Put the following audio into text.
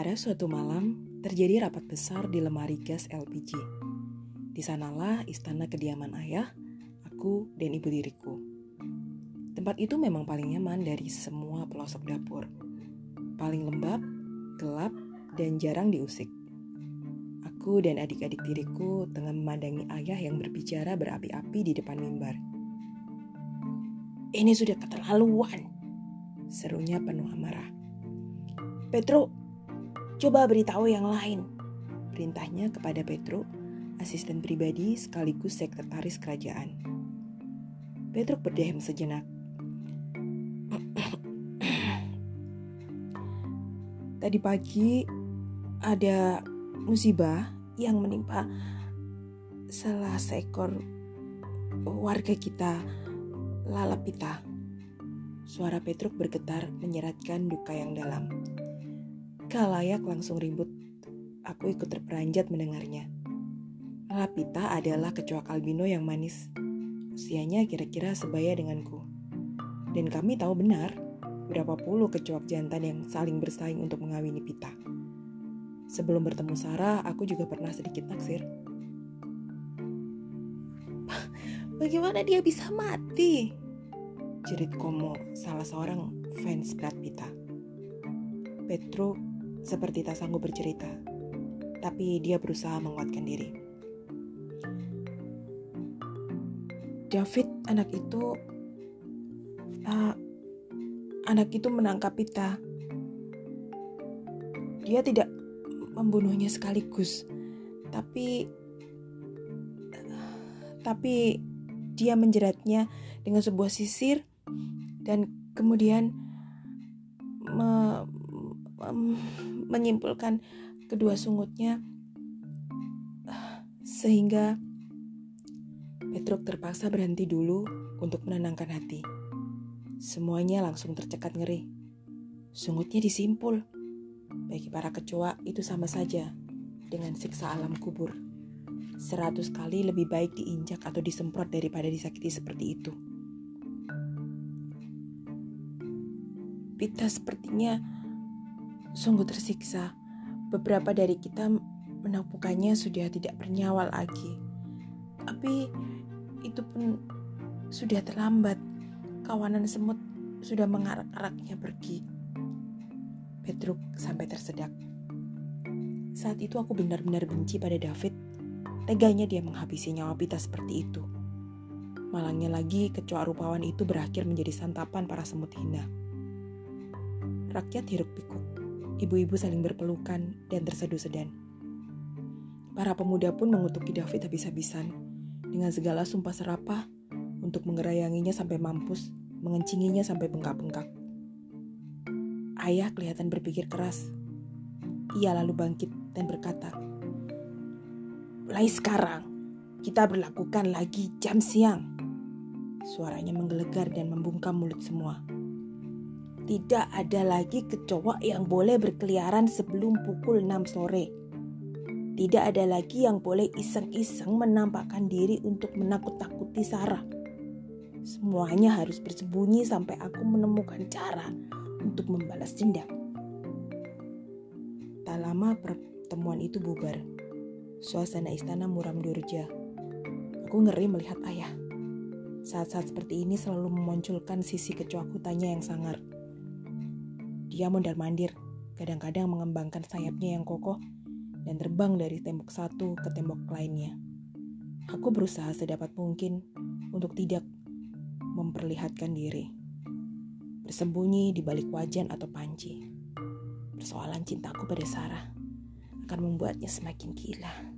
Pada suatu malam, terjadi rapat besar di lemari gas LPG. Di sanalah istana kediaman ayah, aku, dan ibu diriku. Tempat itu memang paling nyaman dari semua pelosok dapur. Paling lembab, gelap, dan jarang diusik. Aku dan adik-adik diriku tengah memandangi ayah yang berbicara berapi-api di depan mimbar. "Ini sudah keterlaluan," serunya penuh amarah. "Petro, coba beritahu yang lain," perintahnya kepada Petro, asisten pribadi sekaligus sekretaris kerajaan. Petro berdiam sejenak. "Tadi pagi ada musibah yang menimpa salah seekor warga kita, Lalapita." Suara Petruk bergetar menyeratkan duka yang dalam. Khalayak langsung ribut. Aku ikut terperanjat mendengarnya. Lalapita adalah kecoak albino yang manis. Usianya kira-kira sebaya denganku. Dan kami tahu benar berapa puluh kecoak jantan yang saling bersaing untuk mengawini Pita. Sebelum bertemu Sarah, aku juga pernah sedikit naksir. "Bagaimana dia bisa mati?" jerit Komo, salah seorang fans Brad Pitta. Petro seperti tak sanggup bercerita, tapi dia berusaha menguatkan diri. "David, anak itu menangkap Pitta. Dia tidak membunuhnya sekaligus, tapi dia menjeratnya dengan sebuah sisir dan kemudian menyimpulkan kedua sungutnya sehingga Petruk terpaksa berhenti dulu untuk menenangkan hati. Semuanya langsung tercekat ngeri. Sungutnya disimpul. Bagi para kecoa itu sama saja dengan siksa alam kubur. 100 kali lebih baik diinjak atau disemprot daripada disakiti seperti itu. Pita sepertinya sungguh tersiksa. Beberapa dari kita menemukannya sudah tidak bernyawa lagi. Tapi itu pun sudah terlambat. Kawanan semut sudah mengarak-araknya pergi." Petruk sampai tersedak. Saat itu aku benar-benar benci pada David. Teganya dia menghabisi nyawa Pita seperti itu. Malangnya lagi, kecoa rupawan itu berakhir menjadi santapan para semut hina. Rakyat hiruk pikuk. Ibu-ibu saling berpelukan dan tersedu-sedan. Para pemuda pun mengutuki David habis-habisan dengan segala sumpah serapah untuk mengerayanginya sampai mampus, mengencinginya sampai bengkak-bengkak. Ayah kelihatan berpikir keras. Ia lalu bangkit dan berkata, "Mulai sekarang, kita berlakukan lagi jam siang." Suaranya menggelegar dan membungkam mulut semua. "Tidak ada lagi kecoa yang boleh berkeliaran sebelum pukul 6 sore. Tidak ada lagi yang boleh iseng-iseng menampakkan diri untuk menakut-nakuti Sarah. Semuanya harus bersembunyi sampai aku menemukan cara untuk membalas dendam." Tak lama pertemuan itu bubar. Suasana istana muram durja. Aku ngeri melihat ayah. Saat-saat seperti ini selalu memunculkan sisi kecoa kutanya yang sangar. Dia mondar-mandir, kadang-kadang mengembangkan sayapnya yang kokoh dan terbang dari tembok satu ke tembok lainnya. Aku berusaha sedapat mungkin untuk tidak memperlihatkan diri, bersembunyi di balik wajan atau panci. Persoalan cintaku pada Sarah akan membuatnya semakin gila.